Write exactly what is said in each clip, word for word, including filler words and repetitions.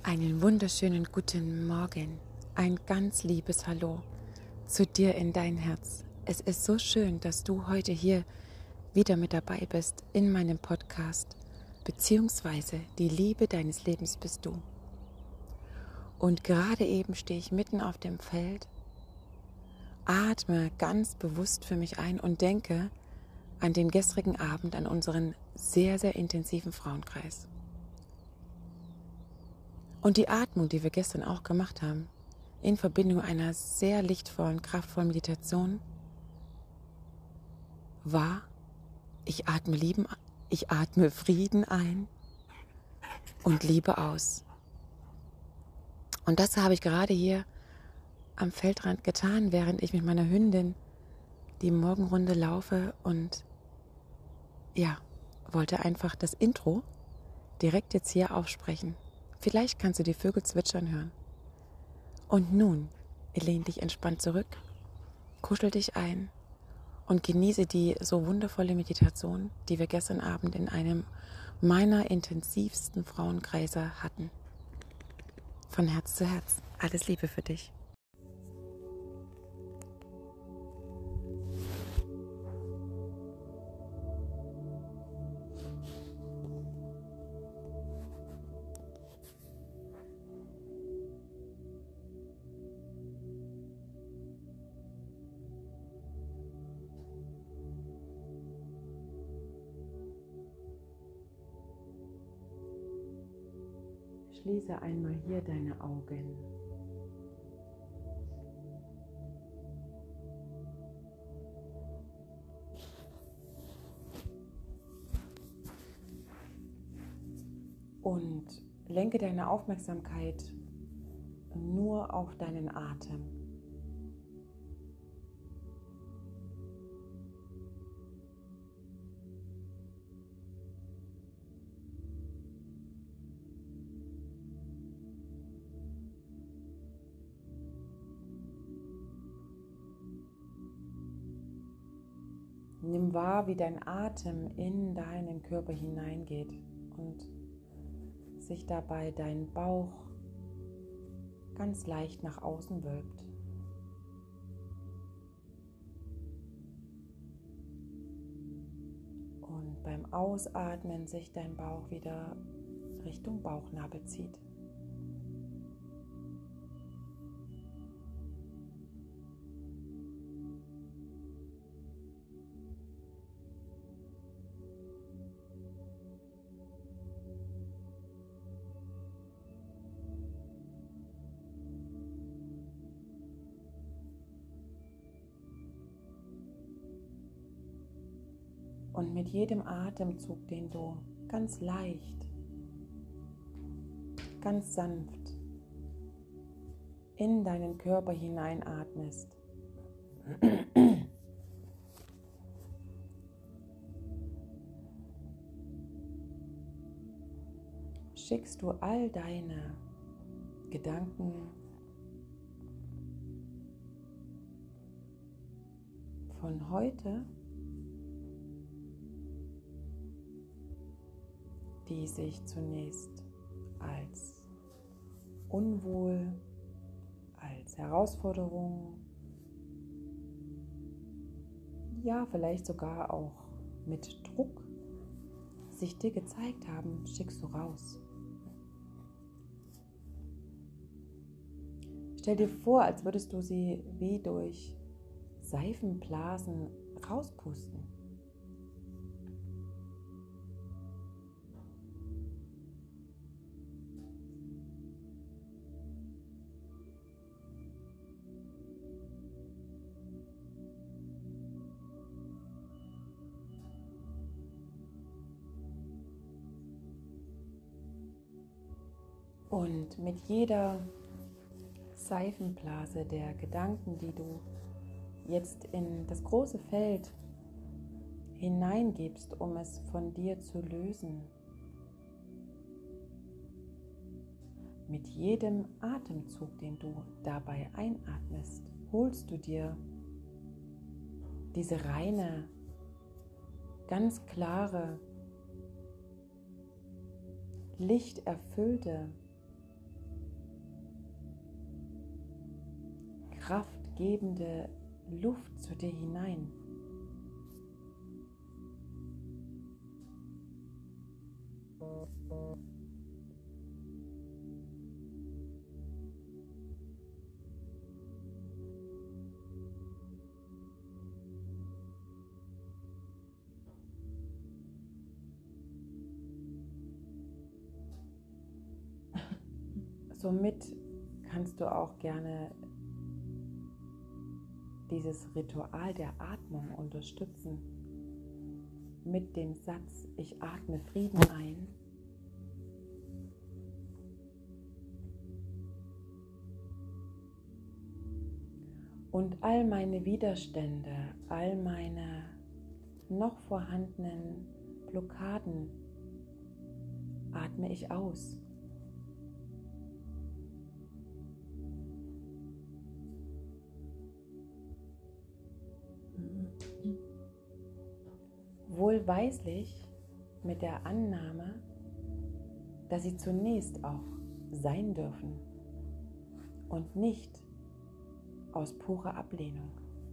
Einen wunderschönen guten Morgen, ein ganz liebes Hallo zu dir in dein Herz. Es ist so schön, dass du heute hier wieder mit dabei bist in meinem Podcast, beziehungsweise die Liebe deines Lebens bist du. Und gerade eben stehe ich mitten auf dem Feld, atme ganz bewusst für mich ein und denke an den gestrigen Abend, an unseren sehr, sehr intensiven Frauenkreis. Und die Atmung, die wir gestern auch gemacht haben, in Verbindung mit einer sehr lichtvollen, kraftvollen Meditation, war, ich atme Lieben, ich atme Frieden ein und Liebe aus. Und das habe ich gerade hier am Feldrand getan, während ich mit meiner Hündin die Morgenrunde laufe und ja, wollte einfach das Intro direkt jetzt hier aufsprechen. Vielleicht kannst du die Vögel zwitschern hören. Und nun, lehn dich entspannt zurück, kuschel dich ein und genieße die so wundervolle Meditation, die wir gestern Abend in einem meiner intensivsten Frauenkreise hatten. Von Herz zu Herz. Alles Liebe für dich. Schließe einmal hier deine Augen. Und lenke deine Aufmerksamkeit nur auf deinen Atem. Nimm wahr, wie dein Atem in deinen Körper hineingeht und sich dabei dein Bauch ganz leicht nach außen wölbt. Und beim Ausatmen sich dein Bauch wieder Richtung Bauchnabel zieht. Und mit jedem Atemzug, den du ganz leicht, ganz sanft in deinen Körper hineinatmest, schickst du all deine Gedanken von heute, die sich zunächst als unwohl, als Herausforderung, ja vielleicht sogar auch mit Druck sich dir gezeigt haben, schickst du raus. Stell dir vor, als würdest du sie wie durch Seifenblasen rauspusten. Und mit jeder Seifenblase der Gedanken, die du jetzt in das große Feld hineingibst, um es von dir zu lösen, mit jedem Atemzug, den du dabei einatmest, holst du dir diese reine, ganz klare, lichterfüllte kraftgebende Luft zu dir hinein. Somit kannst du auch gerne dieses Ritual der Atmung unterstützen mit dem Satz: Ich atme Frieden ein und all meine Widerstände, all meine noch vorhandenen Blockaden atme ich aus. Wohlweislich mit der Annahme, dass sie zunächst auch sein dürfen und nicht aus purer Ablehnung.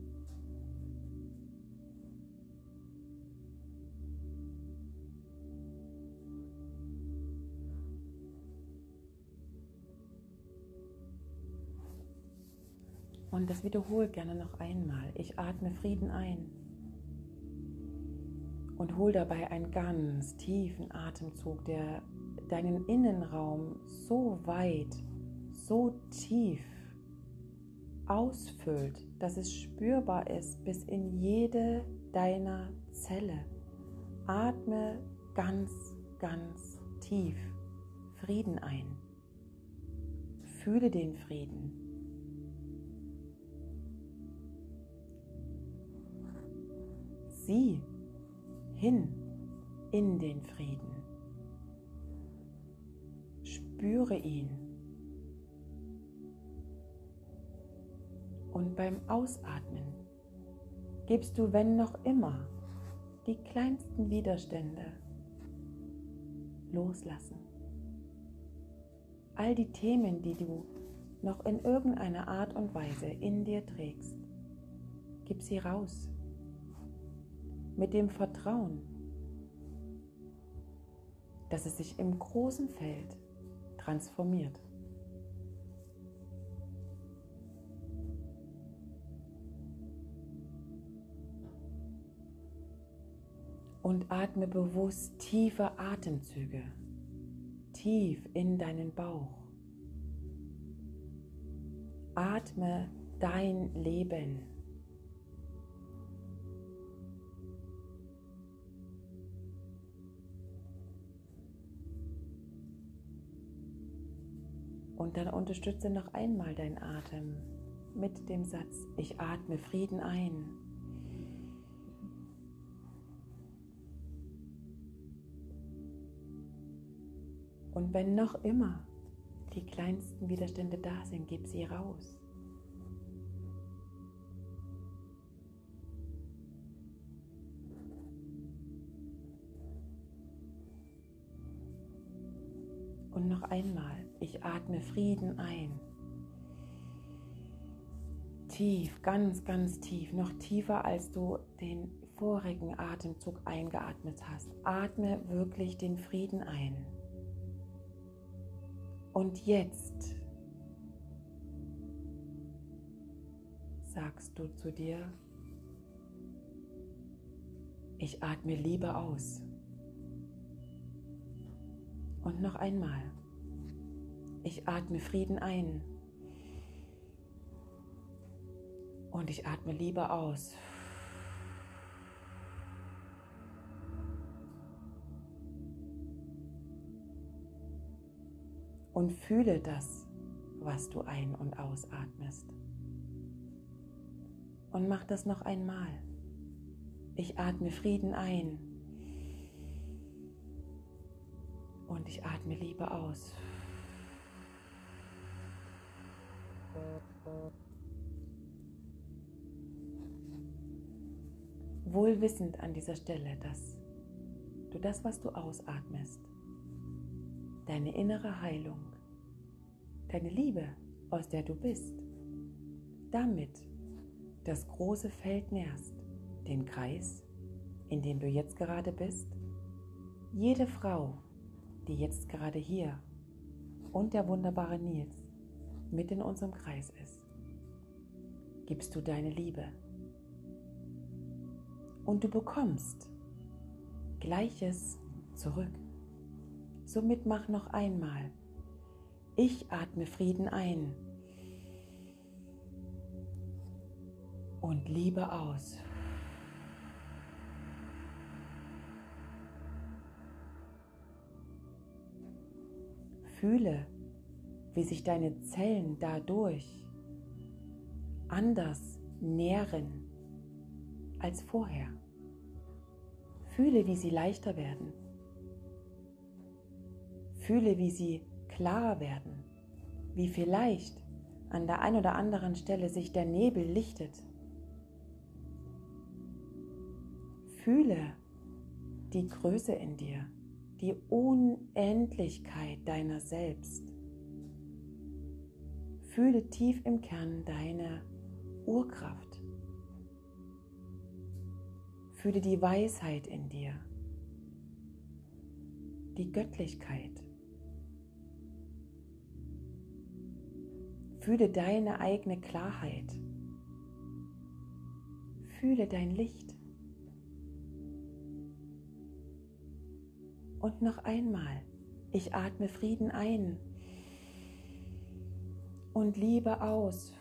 Und das wiederhole gerne noch einmal. Ich atme Frieden ein. Und hol dabei einen ganz tiefen Atemzug, der deinen Innenraum so weit, so tief ausfüllt, dass es spürbar ist bis in jede deiner Zelle. Atme ganz, ganz tief Frieden ein. Fühle den Frieden. Sieh hin in den Frieden. Spüre ihn. Und beim Ausatmen gibst du, wenn noch immer, die kleinsten Widerstände loslassen. All die Themen, die du noch in irgendeiner Art und Weise in dir trägst, gib sie raus. Mit dem Vertrauen, dass es sich im großen Feld transformiert. Und atme bewusst tiefe Atemzüge, tief in deinen Bauch. Atme dein Leben. Und dann unterstütze noch einmal deinen Atem mit dem Satz: Ich atme Frieden ein. Und wenn noch immer die kleinsten Widerstände da sind, gib sie raus. Und noch einmal, ich atme Frieden ein. Tief, ganz, ganz tief, noch tiefer, als du den vorigen Atemzug eingeatmet hast. Atme wirklich den Frieden ein. Und jetzt sagst du zu dir: Ich atme Liebe aus. Und noch einmal, ich atme Frieden ein. Und ich atme Liebe aus. Und fühle das, was du ein- und ausatmest. Und mach das noch einmal. Ich atme Frieden ein. Und ich atme Liebe aus. Wohlwissend an dieser Stelle, dass du das, was du ausatmest, deine innere Heilung, deine Liebe, aus der du bist, damit das große Feld nährst, den Kreis, in dem du jetzt gerade bist, jede Frau, die jetzt gerade hier und der wunderbare Nils mit in unserem Kreis ist, gibst du deine Liebe. Und du bekommst Gleiches zurück. Somit mach noch einmal. Ich atme Frieden ein und Liebe aus. Fühle, wie sich deine Zellen dadurch anders nähren als vorher. Fühle, wie sie leichter werden. Fühle, wie sie klarer werden, wie vielleicht an der einen oder anderen Stelle sich der Nebel lichtet. Fühle die Größe in dir, die Unendlichkeit deiner selbst. Fühle tief im Kern deine Urkraft. Fühle die Weisheit in dir, die Göttlichkeit. Fühle deine eigene Klarheit. Fühle dein Licht. Und noch einmal, ich atme Frieden ein und Liebe aus.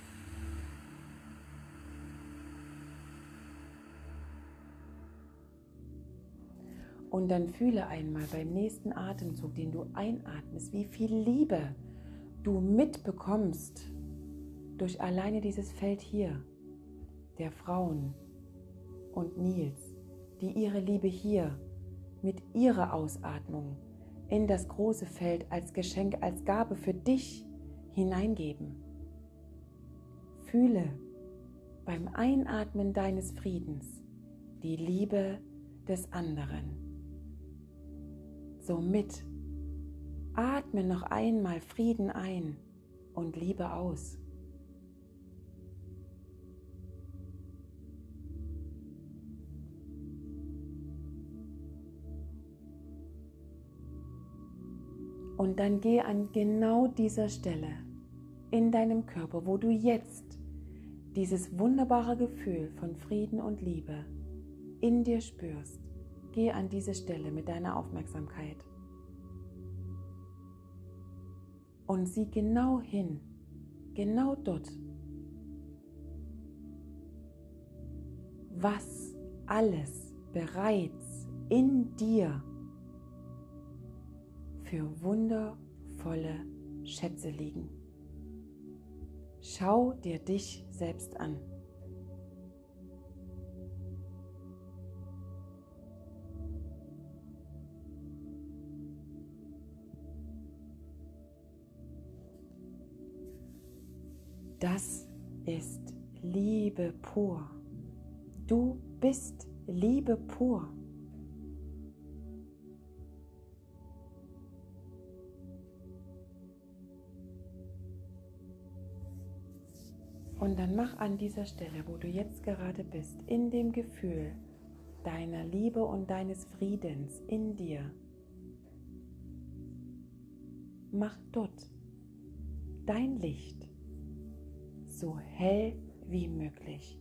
Und dann fühle einmal beim nächsten Atemzug, den du einatmest, wie viel Liebe du mitbekommst durch alleine dieses Feld hier, der Frauen und Nils, die ihre Liebe hier mit ihrer Ausatmung in das große Feld als Geschenk, als Gabe für dich hineingeben. Fühle beim Einatmen deines Friedens die Liebe des anderen. Somit atme noch einmal Frieden ein und Liebe aus. Und dann geh an genau dieser Stelle in deinem Körper, wo du jetzt dieses wunderbare Gefühl von Frieden und Liebe in dir spürst. Geh an diese Stelle mit deiner Aufmerksamkeit und sieh genau hin, genau dort, was alles bereits in dir für wundervolle Schätze liegen. Schau dir dich selbst an. Das ist Liebe pur. Du bist Liebe pur. Und dann mach an dieser Stelle, wo du jetzt gerade bist, in dem Gefühl deiner Liebe und deines Friedens in dir, mach dort dein Licht so hell wie möglich.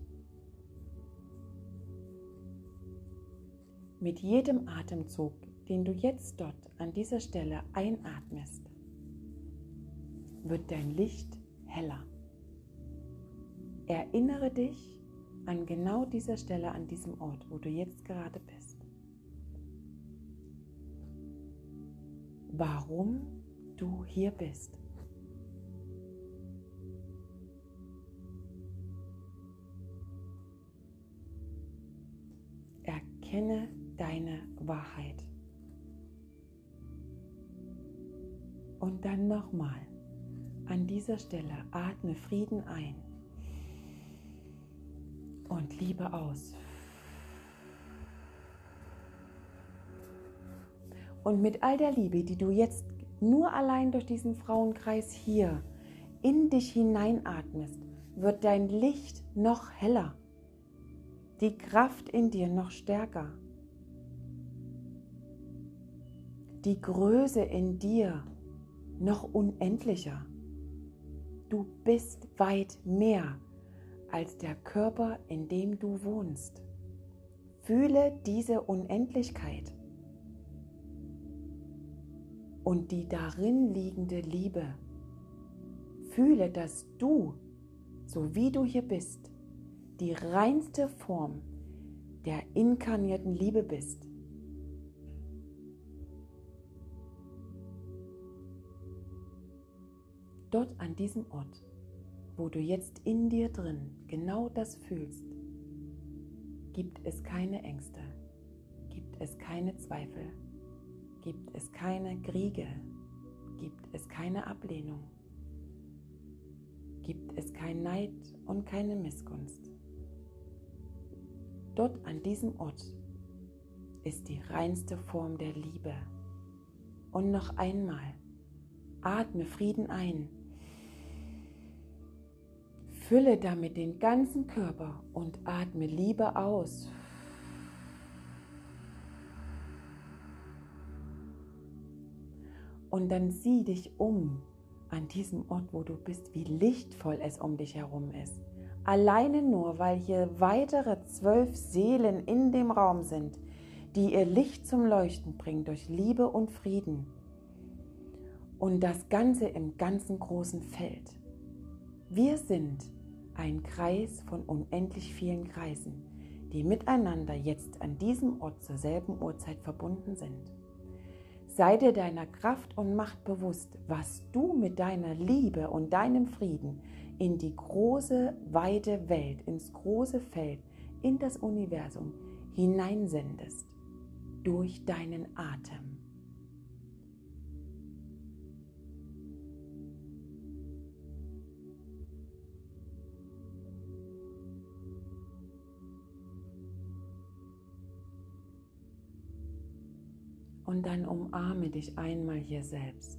Mit jedem Atemzug, den du jetzt dort an dieser Stelle einatmest, wird dein Licht heller. Erinnere dich an genau dieser Stelle, an diesem Ort, wo du jetzt gerade bist. Warum du hier bist. Erkenne deine Wahrheit. Und dann nochmal an dieser Stelle atme Frieden ein und Liebe aus. Und mit all der Liebe, die du jetzt nur allein durch diesen Frauenkreis hier in dich hineinatmest, wird dein Licht noch heller, die Kraft in dir noch stärker, die Größe in dir noch unendlicher. Du bist weit mehr als der Körper, in dem du wohnst. Fühle diese Unendlichkeit und die darin liegende Liebe. Fühle, dass du, so wie du hier bist, die reinste Form der inkarnierten Liebe bist. Dort an diesem Ort, wo du jetzt in dir drin genau das fühlst, gibt es keine Ängste, gibt es keine Zweifel, gibt es keine Kriege, gibt es keine Ablehnung, gibt es kein Neid und keine Missgunst. Dort an diesem Ort ist die reinste Form der Liebe. Und noch einmal, atme Frieden ein. Fülle damit den ganzen Körper und atme Liebe aus. Und dann sieh dich um an diesem Ort, wo du bist, wie lichtvoll es um dich herum ist. Alleine nur, weil hier weitere zwölf Seelen in dem Raum sind, die ihr Licht zum Leuchten bringen durch Liebe und Frieden. Und das Ganze im ganzen großen Feld. Wir sind ein Kreis von unendlich vielen Kreisen, die miteinander jetzt an diesem Ort zur selben Uhrzeit verbunden sind. Sei dir deiner Kraft und Macht bewusst, was du mit deiner Liebe und deinem Frieden in die große, weite Welt, ins große Feld, in das Universum hineinsendest, durch deinen Atem. Und dann umarme dich einmal hier selbst.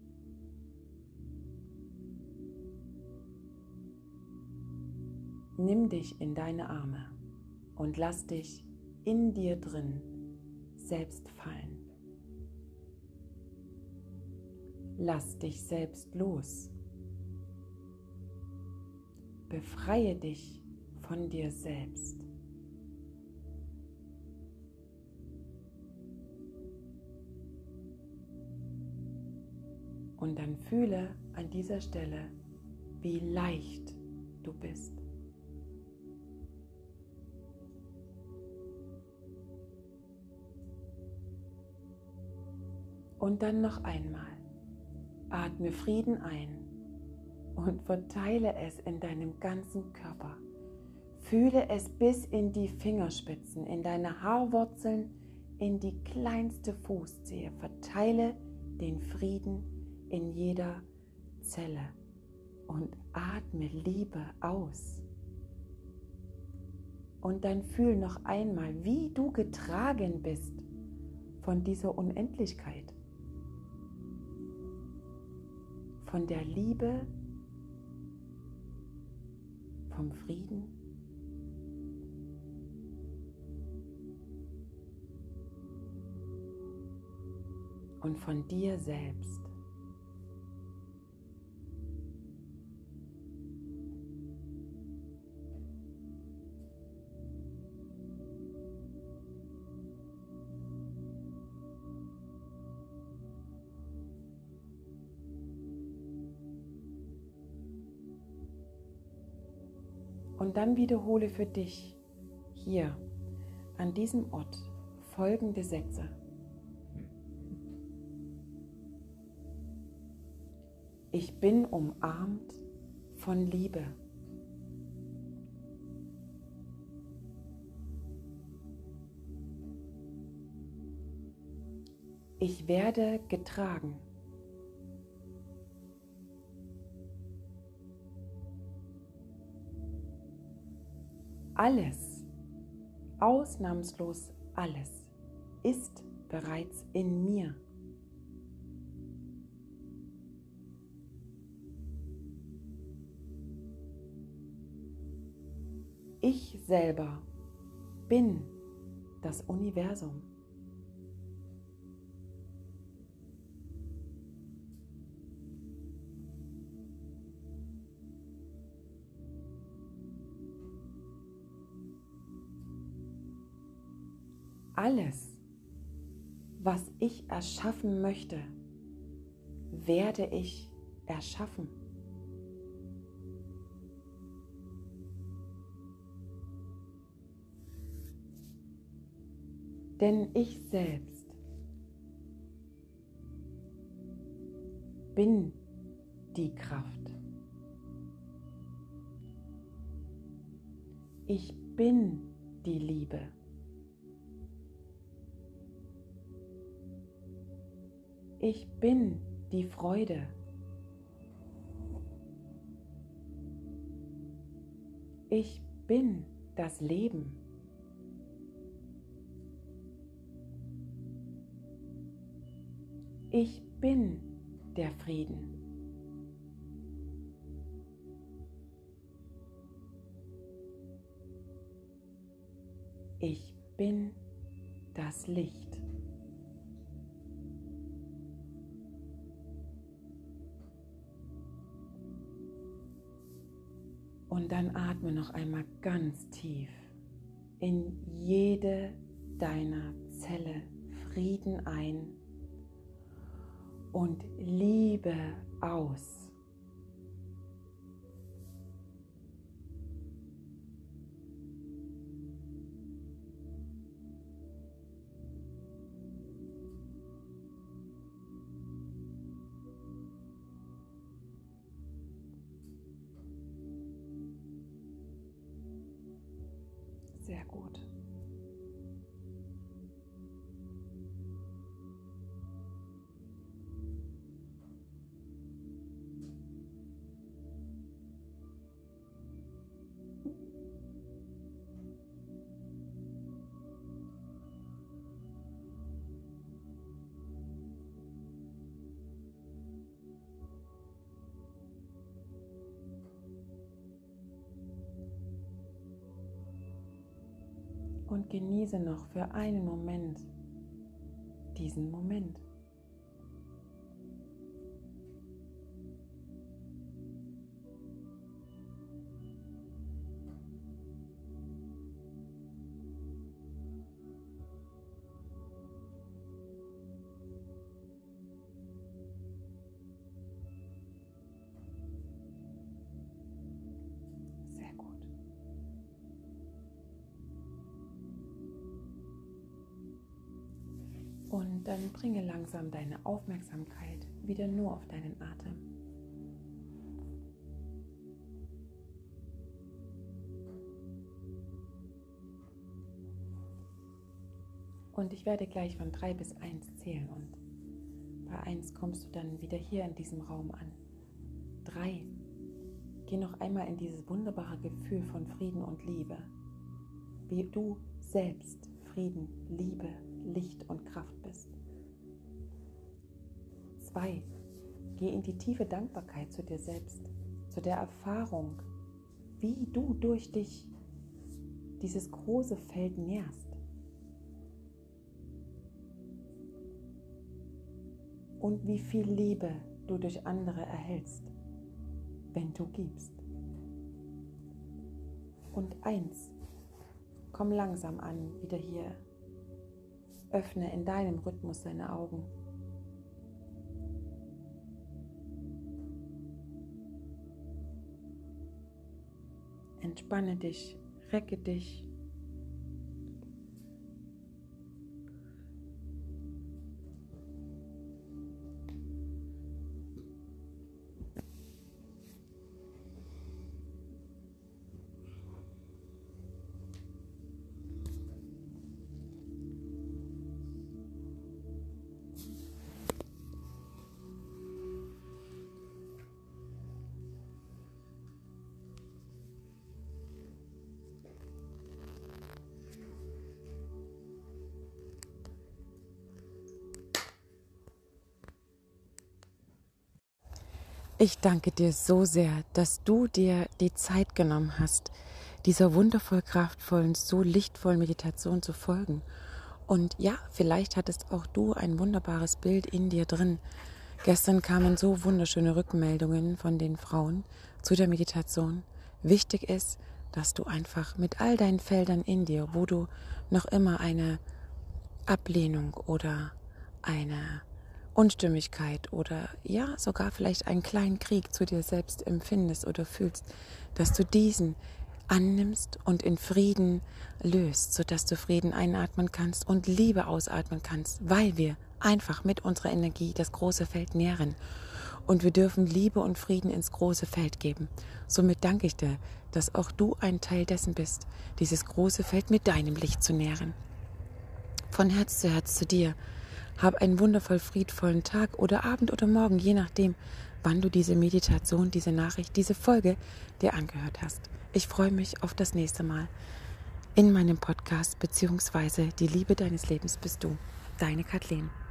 Nimm dich in deine Arme und lass dich in dir drin selbst fallen. Lass dich selbst los. Befreie dich von dir selbst. Und dann fühle an dieser Stelle, wie leicht du bist. Und dann noch einmal, atme Frieden ein und verteile es in deinem ganzen Körper. Fühle es bis in die Fingerspitzen, in deine Haarwurzeln, in die kleinste Fußzehe. Verteile den Frieden in jeder Zelle und atme Liebe aus. Und dann fühl noch einmal, wie du getragen bist von dieser Unendlichkeit, von der Liebe, vom Frieden. Und von dir selbst. Und dann wiederhole für dich hier an diesem Ort folgende Sätze. Ich bin umarmt von Liebe. Ich werde getragen. Alles, ausnahmslos alles, ist bereits in mir. ich selber bin das Universum. Alles, was ich erschaffen möchte, werde ich erschaffen. Denn ich selbst bin die Kraft. Ich bin die Liebe. Ich bin die Freude. Ich bin das Leben. Ich bin der Frieden. Ich bin das Licht. Und dann atme noch einmal ganz tief in jede deiner Zelle Frieden ein und Liebe aus. Sehr gut. Und genieße noch für einen Moment diesen Moment. Sehr gut. Und dann bringe langsam deine Aufmerksamkeit wieder nur auf deinen Atem. Und ich werde gleich von drei bis eins zählen und bei eins kommst du dann wieder hier in diesem Raum an. Drei. Geh noch einmal in dieses wunderbare Gefühl von Frieden und Liebe, wie du selbst Frieden, Liebe, Licht und Kraft bist. Zwei. Geh in die tiefe Dankbarkeit zu dir selbst, zu der Erfahrung, wie du durch dich dieses große Feld nährst. Und wie viel Liebe du durch andere erhältst, wenn du gibst. Und eins. Komm langsam an, wieder hier. Öffne in deinem Rhythmus deine Augen. Entspanne dich, recke dich. Ich danke dir so sehr, dass du dir die Zeit genommen hast, dieser wundervoll kraftvollen, so lichtvollen Meditation zu folgen. Und ja, vielleicht hattest auch du ein wunderbares Bild in dir drin. Gestern kamen so wunderschöne Rückmeldungen von den Frauen zu der Meditation. Wichtig ist, dass du einfach mit all deinen Feldern in dir, wo du noch immer eine Ablehnung oder eine Unstimmigkeit oder ja, sogar vielleicht einen kleinen Krieg zu dir selbst empfindest oder fühlst, dass du diesen annimmst und in Frieden löst, sodass du Frieden einatmen kannst und Liebe ausatmen kannst, weil wir einfach mit unserer Energie das große Feld nähren. Und wir dürfen Liebe und Frieden ins große Feld geben. Somit danke ich dir, dass auch du ein Teil dessen bist, dieses große Feld mit deinem Licht zu nähren. Von Herz zu Herz zu dir. Hab einen wundervoll friedvollen Tag oder Abend oder Morgen, je nachdem, wann du diese Meditation, diese Nachricht, diese Folge dir angehört hast. Ich freue mich auf das nächste Mal in meinem Podcast, beziehungsweise die Liebe deines Lebens bist du. Deine Kathleen.